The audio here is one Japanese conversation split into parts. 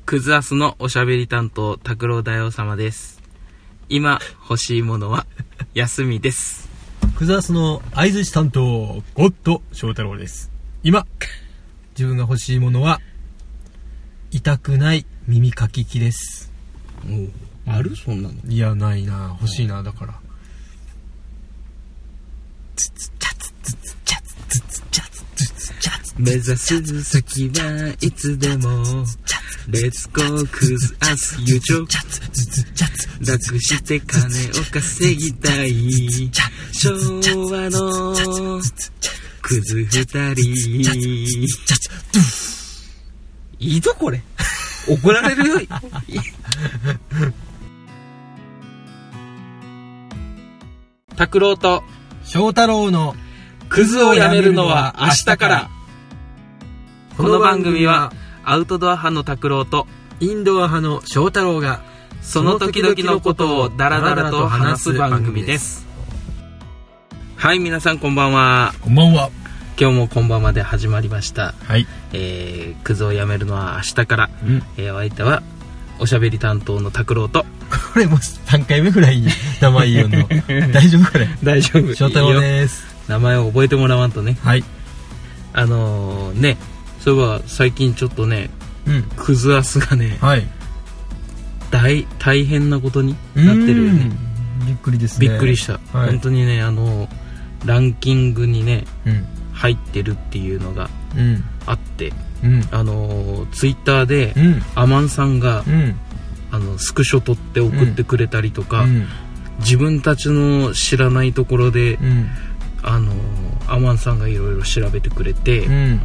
クズアスのおしゃべり担当拓郎大王様です。今欲しいものは休みです。 クズアスの相槌担当ゴッド翔太郎です。今自分が欲しいものは痛くない耳かき機です。 おあるそんなの？ いやないな、欲しいな。だからツツチャツツツチャツツツチャツツツチャツ、 目指す先はいつでもレッツゴークズアス友情、楽して金を稼ぎたい昭和のクズ二人。いいぞこれ、怒られるよ。拓郎と翔太郎のクズをやめるのは明日から。この番組はアウトドア派の拓郎とインドア派の翔太郎がその時々のことをダラダラと話す番組です。はい、皆さんこんばんは。 こんばんは。 今日もこんばんまで始まりました。 はい、 クズをやめるのは明日から、お相手はおしゃべり担当の拓郎と、 これもう3回目ぐらいに名前言うの大丈夫？これ大丈夫。 翔太郎です。 名前を覚えてもらわんとね。 はい。 ね、そういえば最近ちょっとね、クズアスがね、 はい、 大変なことになってるよね。 びっくりですね。 びっくりした、はい、本当にね、ランキングにね、入ってるっていうのがあって、ツイッターで、アマンさんが、スクショ撮って送ってくれたりとか、自分たちの知らないところで、アマンさんがいろいろ調べてくれて、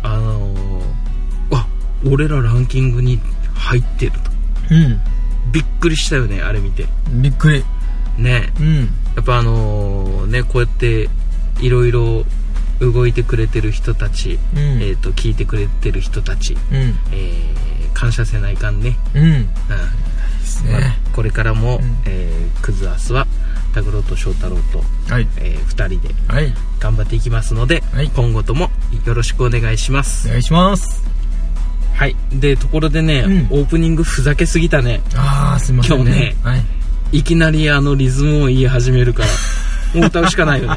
俺らランキングに入ってると、びっくりしたよね、あれ見て。 びっくりね、やっぱね、こうやっていろいろ動いてくれてる人たち、聞いてくれてる人たち、感謝せないかんね。ですね。これからも、クズアスは拓郎と翔太郎と、2人で頑張っていきますので、今後ともよろしくお願いします。 お願いします。 はい。で、ところでね、オープニングふざけすぎたね。 すいませんね。 今日ね、いきなりリズムを言い始めるからもう歌うしかないよね。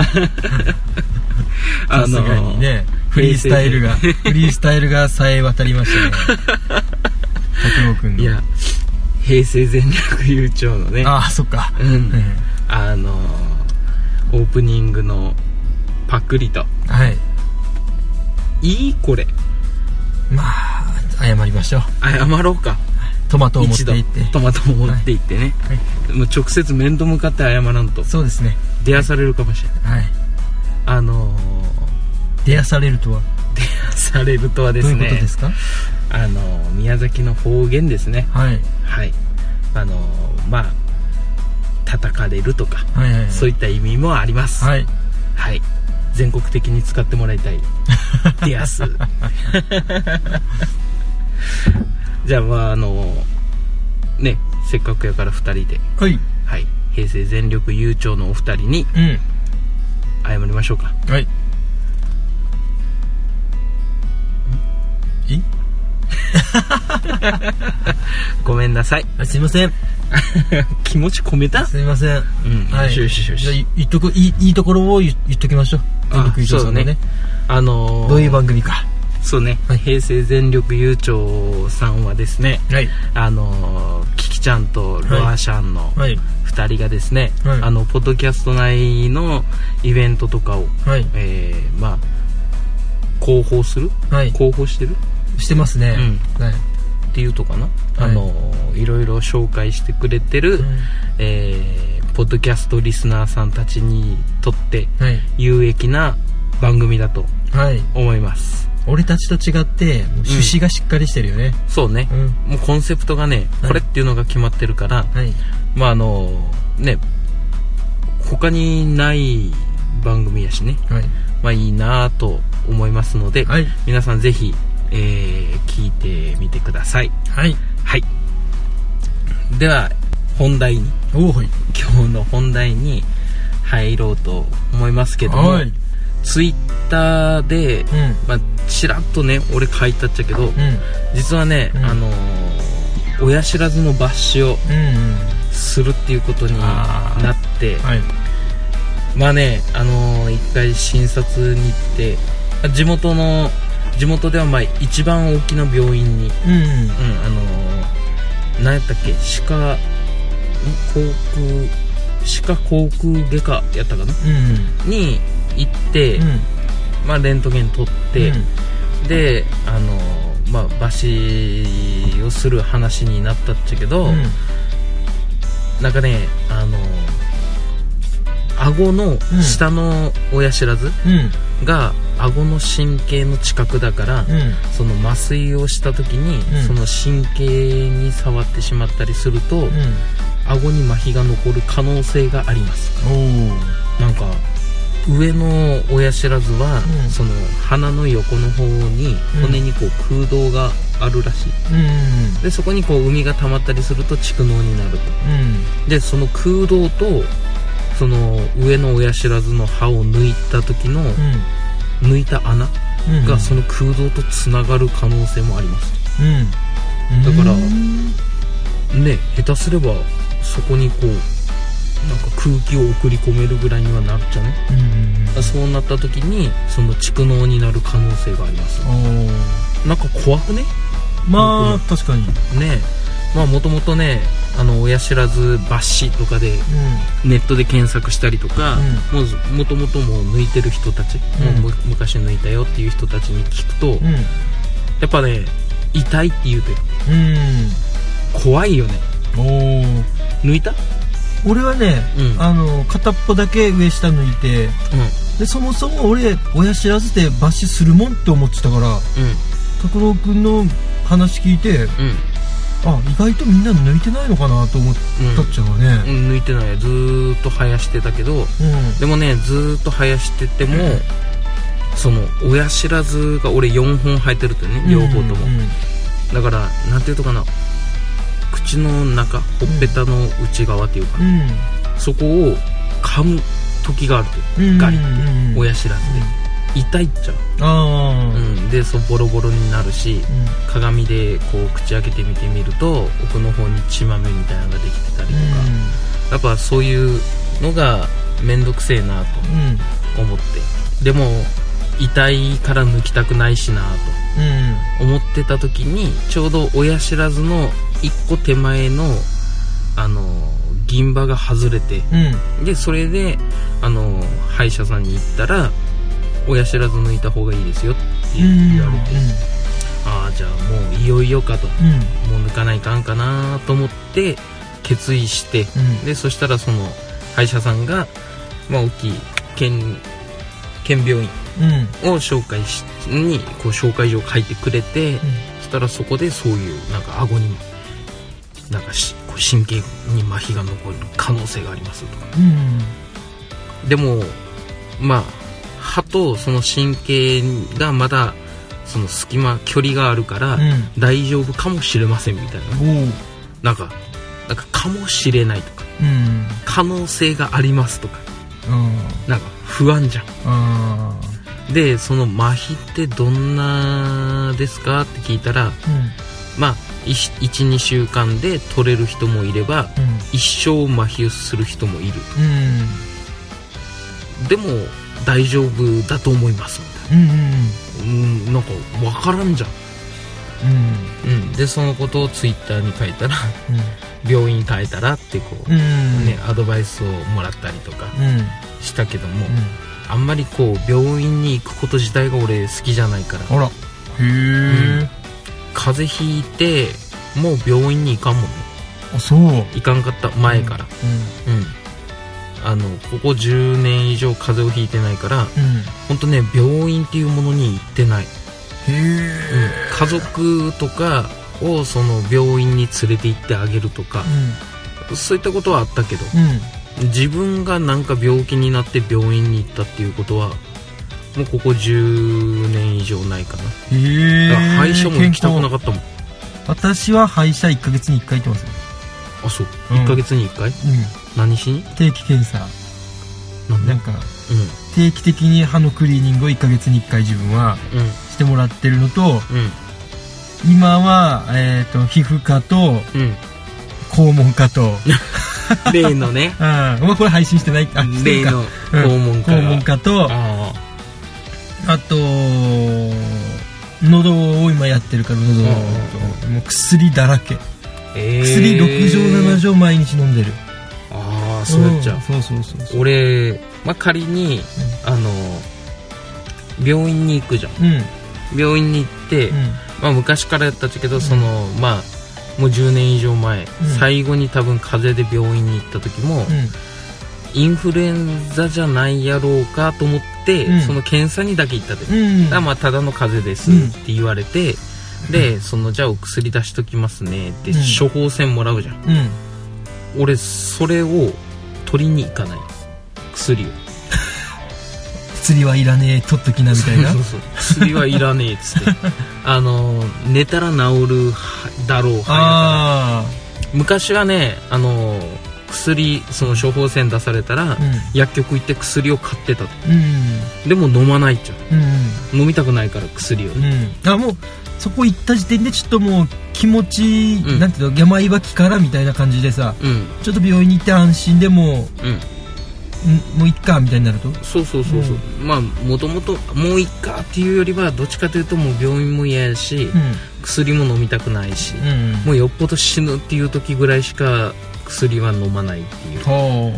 さすがにね、フリースタイルがさえ渡りましたね。拓郎くんの。いや、 平成全力優勝のね。 そっか。 オープニングのパクリと。いいこれ。 まあ謝りましょう。 謝ろうか。 トマトを持って行って。 トマトを持って行ってね。もう直接面と向かって謝らんと。 そうですね。 出やされるかもしれない。 出やされるとは。 出やされるとはですね。 どういうことですか？ 宮崎の方言ですね。はい。まあ叩かれるとか、そういった意味もあります。はい。全国的に使ってもらいたい。出やす。じゃあね、せっかくやから2人で、平成全力優勝のお二人に謝りましょうか。ごめんなさい。 すいません。 気持ち込めた？ すいません。 よし。 じゃあいいところを言っときましょう。全力優勝さんのね。どういう番組か。 そうね。平成全力優勝さんはですね、キキちゃんとロアシャンの2人がですね、ポッドキャスト内のイベントとかを、広報する？広報してる？ してますね。 っていうとかな、いろいろ紹介してくれてる、ポッドキャストリスナーさんたちにとって有益な番組だと思います。 俺たちと違って趣旨がしっかりしてるよね。 そうね、もうコンセプトがね、これっていうのが決まってるから、ね、他にない番組やしね、いいなと思いますので、皆さんぜひ聞いてみてください。では本題に、今日の本題に入ろうと思いますけども、ツイッターで、ちらっとね俺書いたっちゃけど、実はね、 親知らずの抜歯をするっていうことになって、はい、まあね、一回診察に行って、地元ではまあ一番大きな病院に、何やったっけ、歯科口外科やったかな、に行って、まあレントゲン取って、でまあ抜歯をする話になったっちゃけど、なんかね、顎の下の親知らずが顎の神経の近くだから、その麻酔をした時に、その神経に触ってしまったりすると、顎に麻痺が残る可能性があります。なんか上の親知らずは、その鼻の横の方に骨にこう空洞があるらしい、でそこにこう膿が溜まったりすると蓄膿になると、でその空洞とその上の親知らずの歯を抜いた時の、抜いた穴がその空洞とつながる可能性もあります、だからね、下手すればそこにこうなんか空気を送り込めるぐらいにはなるじゃね、そうなった時にその蓄膿になる可能性があります。なんか怖くね。 まあ確かにね。まあもともとね、親知らず抜歯とかで、ネットで検索したりとか、もともともう抜いてる人たち、もう昔抜いたよっていう人たちに聞くと、やっぱね、痛いって言うてる。怖いよね。抜いた？ 俺はね、片っぽだけ上下抜いて、でそもそも俺親知らずで抜歯するもんって思ってたから、拓郎くんの話聞いて、意外とみんな抜いてないのかなと思ったっちゃうね、 抜いてない。ずーっと生やしてたけど、でもね、ずーっと生やしてても、その親知らずが俺4本生えてるってね、両方とも、だからなんていうとかな、口の中、ほっぺたの内側っていうか、そこを噛む時があるという、ガリって、親知らずで痛いっちゃう、でそうボロボロになるし、鏡でこう口開けてみてみると奥の方に血まめみたいなのができてたりとか、やっぱそういうのがめんどくせえなと思って、でも痛いから抜きたくないしなと思ってた時に、ちょうど親知らずの1個手前の銀歯が外れて、でそれで歯医者さんに行ったら、親知らず抜いた方がいいですよって言われて、じゃあもういよいよかと、もう抜かないかんかなと思って決意して、でそしたらその歯医者さんが、まあ、大きい県病院を紹介にこう紹介状を書いてくれて、そしたらそこでそういうなんか顎になんかこう神経に麻痺が残る可能性がありますとか、でもまあ歯とその神経がまだその隙間距離があるから大丈夫かもしれませんみたいな、なんかかもしれないとか、可能性がありますとか、なんか不安じゃん。でその麻痺ってどんなですかって聞いたら、まあ 1,2 週間で取れる人もいれば、一生麻痺をする人もいると、でも大丈夫だと思いますみたいな、なんか分からんじゃん、でそのことをツイッターに書いたら、病院変えたらってこう、アドバイスをもらったりとかしたけども、あんまりこう病院に行くこと自体が俺好きじゃないから。 あら、へえ、 風邪ひいてもう病院に行かんもんね。 あ、そう。 行かんかった前から、ここ10年以上風邪をひいてないから、ほんとね、病院っていうものに行ってない。家族とかをその病院に連れて行ってあげるとか、そういったことはあったけど、自分がなんか病気になって病院に行ったっていうことはもうここ10年以上ないかな。だから歯医者も行きたくなかったもん。 私は歯医者1ヶ月に1回行ってますよ。 あ、そう、1ヶ月に1回、何しに？ 定期検査。なんか、定期的に歯のクリーニングを1ヶ月に1回自分はしてもらってるのと、 今は、皮膚科と、肛門科と例のねこれ配信してない。 例の肛門科と、あと喉を今やってるから喉と、もう薬だらけ。薬6錠7錠毎日飲んでる。 そうやっちゃう。 そう俺、仮に、病院に行くじゃん、病院に行って、昔からやったっちゃけど、もう10年以上前、最後に多分風邪で病院に行った時も、インフルエンザじゃないやろうかと思って、その検査にだけ行ったで、だからただの風邪ですって言われて、でじゃあお薬出しときますねって処方箋もらうじゃん、俺それを取りに行かない。薬はいらねえ取っときなみたいな。 そう薬はいらねえっつって寝たら治るだろう派やから。昔はね薬その処方箋出されたら、薬局行って薬を買ってたと、でも飲まないっちゃう、飲みたくないから薬を、 もうそこ行った時点でちょっともう気持ち、なんていうの、病は気からみたいな感じでさ、ちょっと病院に行って安心でももういっかみたいになると、 そう、もともともういっかっていうよりはどっちかというともう病院も嫌やし、薬も飲みたくないし、もうよっぽど死ぬっていう時ぐらいしか薬は飲まないっていう、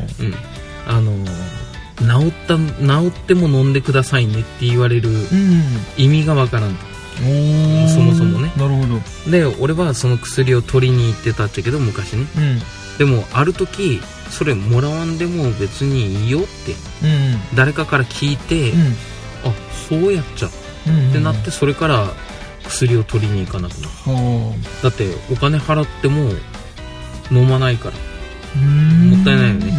治っても飲んでくださいねって言われる意味がわからんと、そもそもね。 なるほど。 で俺はその薬を取りに行ってたっちゃけど昔ね、でもある時それもらわんでも別にいいよって誰かから聞いて、あそうやっちゃってなって、それから薬を取りに行かなくなる。だってお金払っても飲まないからもったいないよね。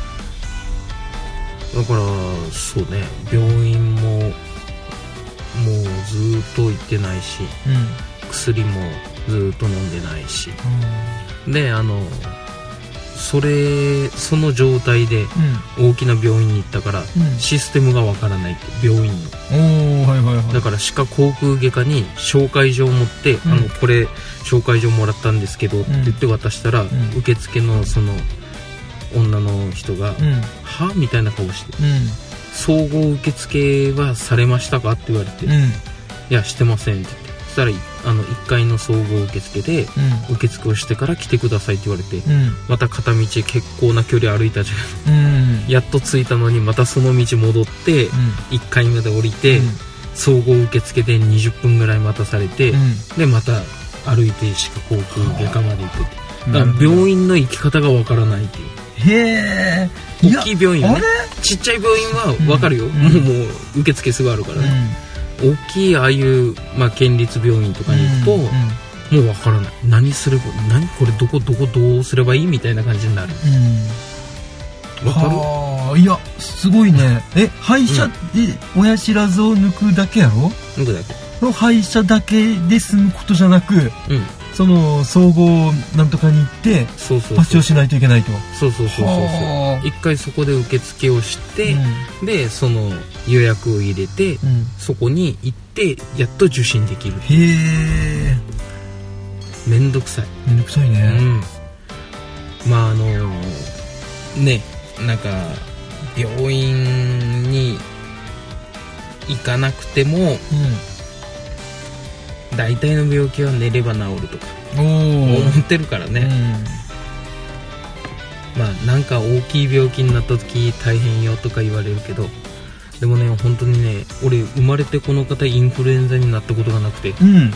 だからそうね、病院ももうずっと行ってないし、薬もずっと飲んでないし、でその状態で大きな病院に行ったから、システムがわからないって病院の、だから歯科口腔外科に紹介状を持って、これ紹介状もらったんですけどって言って渡したら、受付のその女の人が、はみたいな顔して、総合受付はされましたかって言われて、いやしてませんって言って、そしたら1階の総合受付で、受付をしてから来てくださいって言われて、また片道結構な距離歩いたじゃん、やっと着いたのにまたその道戻って、1階まで降りて、総合受付で20分ぐらい待たされて、でまた歩いて歯科口腔外科まで行くって、だから病院の行き方がわからないっていう。 へー、大きい病院はね、ちっちゃい病院は分かるよ、もう受付すぐあるからね、大きいああいう、県立病院とかに行くと、もう分からない、何これどうすればいいみたいな感じになる。分かる？いやすごいね。歯医者で親知らずを抜くだけやろ？ 抜くだけ。 歯医者だけで済むことじゃなく、その総合なんとかに行ってパスをしないといけないと。 そう一回そこで受付をして、でその予約を入れて、そこに行ってやっと受診できる。 へえ、 めんどくさいね。 ね、なんか病院に行かなくても、大体の病気は寝れば治るとか思ってるからね、なんか大きい病気になった時大変よとか言われるけど、でもね本当にね、俺生まれてこの方インフルエンザになったことがなくて、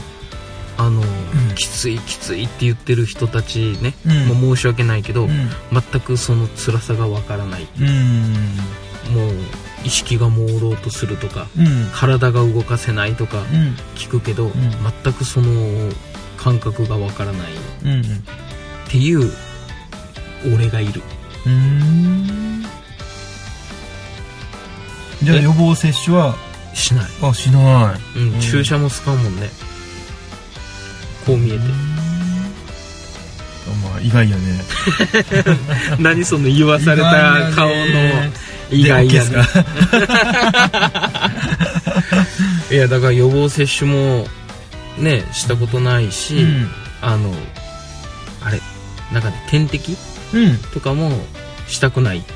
きついって言ってる人たちね、申し訳ないけど、全くその辛さがわからない、もう意識が朦朧とするとか、体が動かせないとか聞くけど、全くその感覚がわからない、っていう俺がいる。 じゃあ予防接種はしない。 しない。 注射も使うもんね、こう見えて。 意外やね。 何その言わされた顔の意外やね。いやだから予防接種もねしたことないし、あれなんかね点滴、とかもしたくないっていう、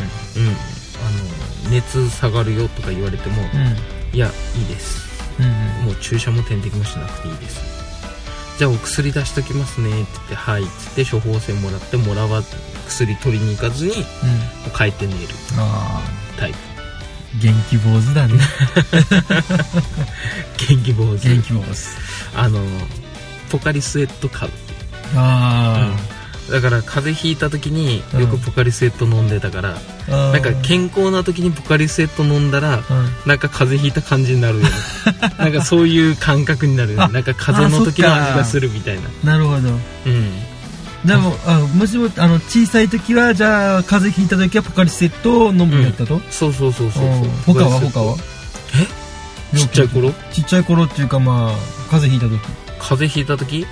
熱下がるよとか言われても、いやいいです、もう注射も点滴もしなくていいです、じゃあお薬出しときますねって言って、はいっつって処方箋もらって、もらわ薬取りに行かずに、帰って寝るタイプ。 元気坊主だね。 元気坊主。 元気坊主。 ポカリスエット買う。だから風邪ひいた時によくポカリスエット飲んでたから、なんか健康な時にポカリスエット飲んだら、なんか風邪ひいた感じになるよね。なんかそういう感覚になるよね。なんか風邪の時の味がするみたいな。 なるほど。でももしも小さい時はじゃあ風邪ひいた時はポカリスエットを飲むんやったと？ そうそう。 他は？ ちっちゃい頃？ ちっちゃい頃っていうか、まあ風邪ひいた時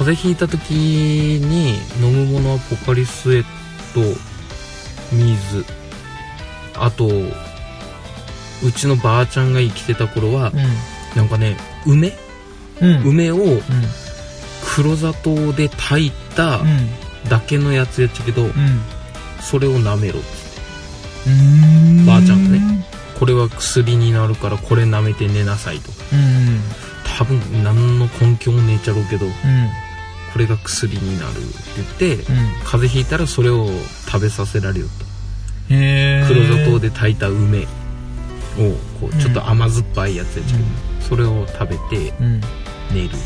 に飲むものはポカリスエット、水、あとうちのばあちゃんが生きてた頃は、なんかね梅を黒砂糖で炊いただけのやつやっちゃけど、それを舐めろっつって、ばあちゃんがね、これは薬になるからこれ舐めて寝なさいとか、多分何の根拠もねえちゃろうけど、これが薬になるって言って、風邪ひいたらそれを食べさせられると。黒砂糖で炊いた梅をこうちょっと甘酸っぱいやつやっちゃけど、それを食べて寝るっていう。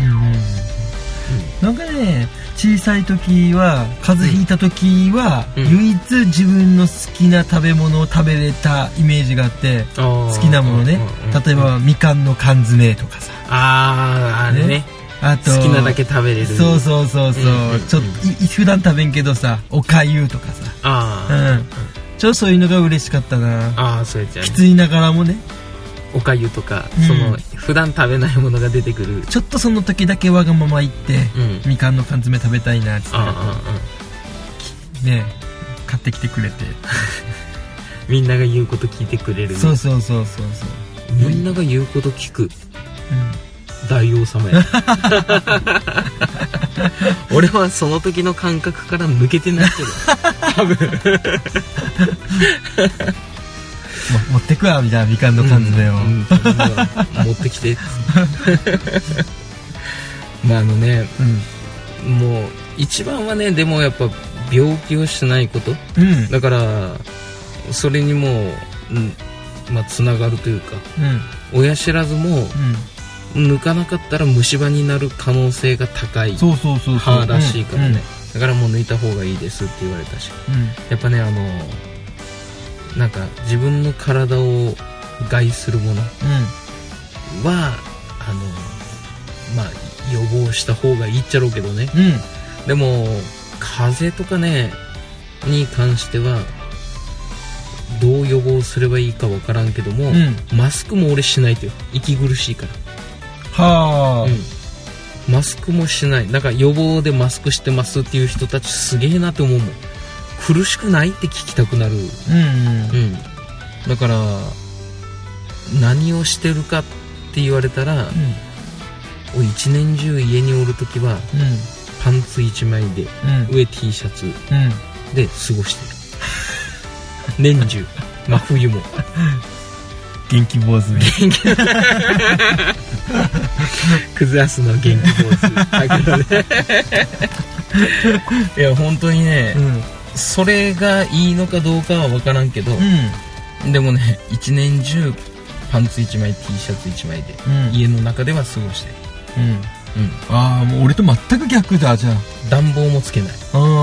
なんかね、小さい時は風邪ひいた時は、唯一自分の好きな食べ物を食べれたイメージがあって、好きなものね、例えばみかんの缶詰とかさ、 あれね、あと好きなだけ食べれる。 そう、ちょっと普段食べんけどさ、おかゆとかさ、ちょっとそういうのが嬉しかったな。 そうやっちゃう、 きついながらもね、 おかゆとか、その普段食べないものが出てくる。 ちょっとその時だけわがまま言って、みかんの缶詰食べたいなってね、買ってきてくれて、 みんなが言うこと聞いてくれる、ね。 そう。 みんなが言うこと聞く。大王様や。俺はその時の感覚から抜けてないけど、多分。 持ってくわみたいな、みかんの缶詰を、 持ってきて。まあね、もう一番はね、でもやっぱ病気をしないこと、だからそれにもつながるというか、親知らずも抜かなかったら虫歯になる可能性が高い歯らしいからね、だからもう抜いた方がいいですって言われたし、やっぱね、なんか自分の体を害するものは、予防した方がいいっちゃろうけどね、でも風邪とかねに関してはどう予防すればいいかわからんけども、マスクも俺しないとよ、息苦しいから。マスクもしない。なんか予防でマスクしてますっていう人たちすげえなって思うもん。苦しくないって聞きたくなる。だから何をしてるかって言われたら、一年中家におるときは、パンツ1枚で、上 T シャツで過ごしてる。年中、真冬も。 元気坊主ね。 クズアスの元気坊主。いや本当にね、それがいいのかどうかは分からんけど、でもね、一年中パンツ1枚 T シャツ1枚で、家の中では過ごしてる。 もう俺と全く逆だ。じゃあ暖房もつけない。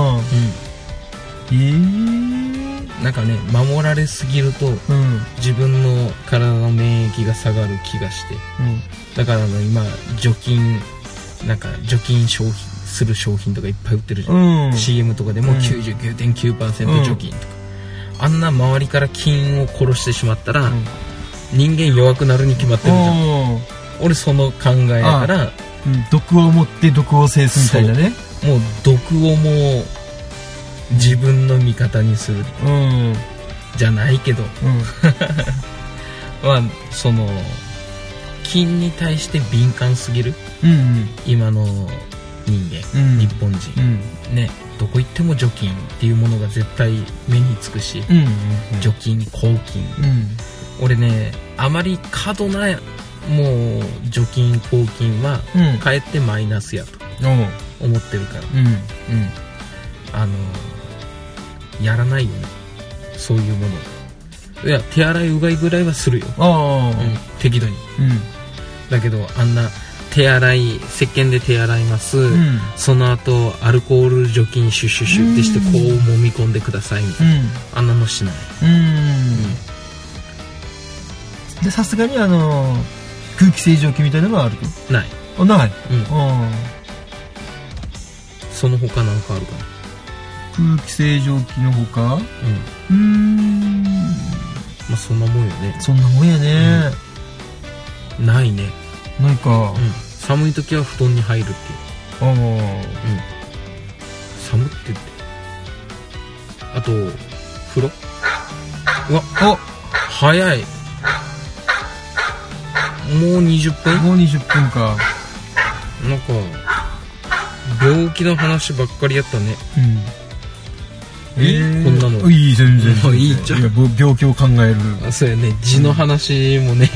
なんかね、守られすぎると、自分の体の免疫が下がる気がして、だから今除菌消費する商品とかいっぱい売ってるじゃん、CM とかでも 99.9% 除菌とか、あんな周りから菌を殺してしまったら、人間弱くなるに決まってるじゃん。俺その考えだから、 毒を持って毒を制すみたいなね。 もう毒をもう自分の味方にする、じゃないけど、その菌に対して敏感すぎる、今の人間、日本人、ね、どこ行っても除菌っていうものが絶対目につくし、除菌抗菌、俺ねあまり過度なもう除菌抗菌はかえってマイナスやと思ってるから、やらないよねそういうもの。いや手洗いうがいぐらいはするよ、適度に、だけどあんな手洗い石鹸で手洗います、その後アルコール除菌シュッシュッシュってしてこう揉み込んでくださいみたいな、あんなのしない。 でさすがに空気清浄機みたいなのはあると？ ない。 ない。 その他なんかあるかな？ 空気清浄機の他？まあそんなもんよね。 そんなもんやね。 ないね。 ないか。 寒い時は布団に入るっていう。寒って言って。あと風呂。うわ、早い。もう20分？ もう20分か。 なんか病気の話ばっかりやったね。いい？こんなの。 いい、全然。 いいじゃん。 病気を考える。 そうやね。痔の話もね、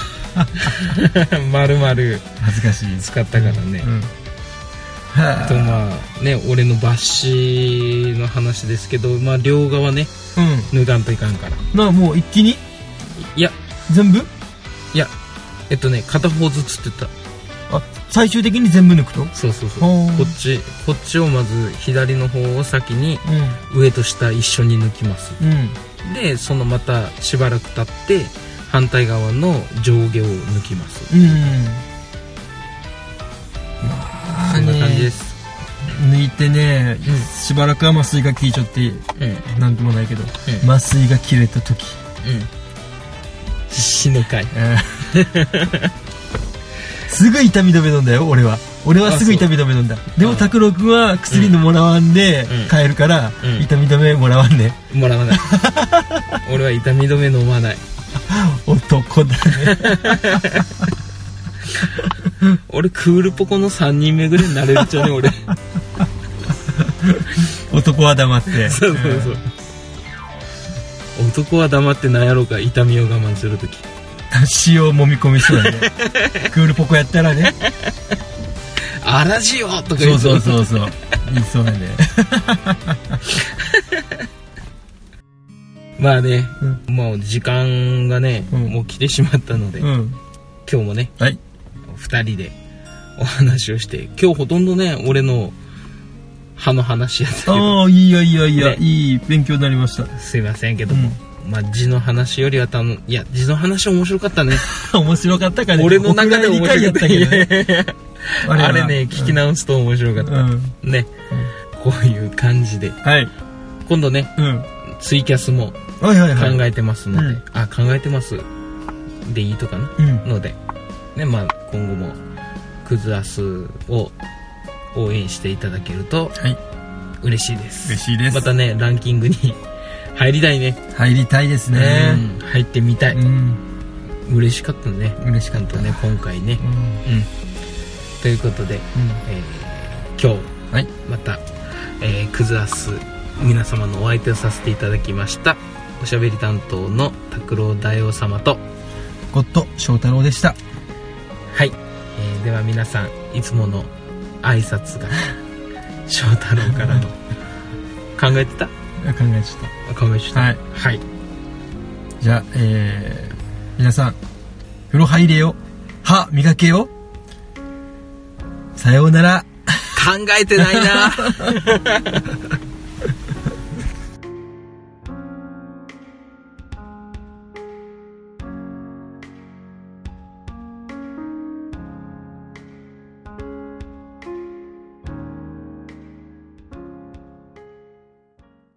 丸々恥ずかしい使ったからね。あとまあね、俺の抜歯の話ですけど、まあ両側ね、脱がんといかんから。 もう一気に？ いや、 全部？ いや、片方ずつって言った。 最終的に全部抜くと？ そう。こっちをまず左の方を先に上と下一緒に抜きます。で、そのまたしばらく経って反対側の上下を抜きます。そんな感じです。 抜いてね、しばらくは麻酔が効いちゃって、なんともないけど、麻酔が切れた時、 死ぬかい。 すぐ痛み止め飲んだよ。俺はすぐ痛み止め飲んだ。でも拓郎君は薬のもらわんで帰るから、痛み止めもらわんね。 もらわない。俺は痛み止め飲まない。 男だね。 俺クールポコの3人目ぐらいになれるっちゃね。俺男は黙って。 そう。男は黙ってなんやろうか、痛みを我慢するとき。 塩を揉み込みそうだね。クールポコやったらね。 アラジオとか言う。 そう。言いそうだね。 まあね、もう時間がね、もう来てしまったので、今日もね、2人でお話をして、今日ほとんどね、俺の歯の話やったけど。 いいや、いい勉強になりました。 すいませんけども。まあ、痔の話よりは痔の話面白かったね。 面白かったかね。 俺の中で面白かったけどね。 あれね、聞き直すと面白かった。ね。こういう感じで。今度ね、ツイキャスも考えてますので、考えてますでいいとかな、ので、ね、まあ、今後もクズアスを応援していただけると嬉しいです。 嬉しいです。 またね、ランキングに入りたいね。 入りたいですね。 入ってみたい。嬉しかったね。 嬉しかったね、今回ね。ということで、今日、また、クズアス皆様のお相手をさせていただきました。おしゃべり担当の拓郎大王様とゴッド翔太郎でした。 はい、では皆さん、いつもの挨拶が翔太郎からの考えてた？ 考えちゃった。 はい。 じゃあ、皆さん、風呂入れよ。歯磨けよ。さようなら。 考えてないな。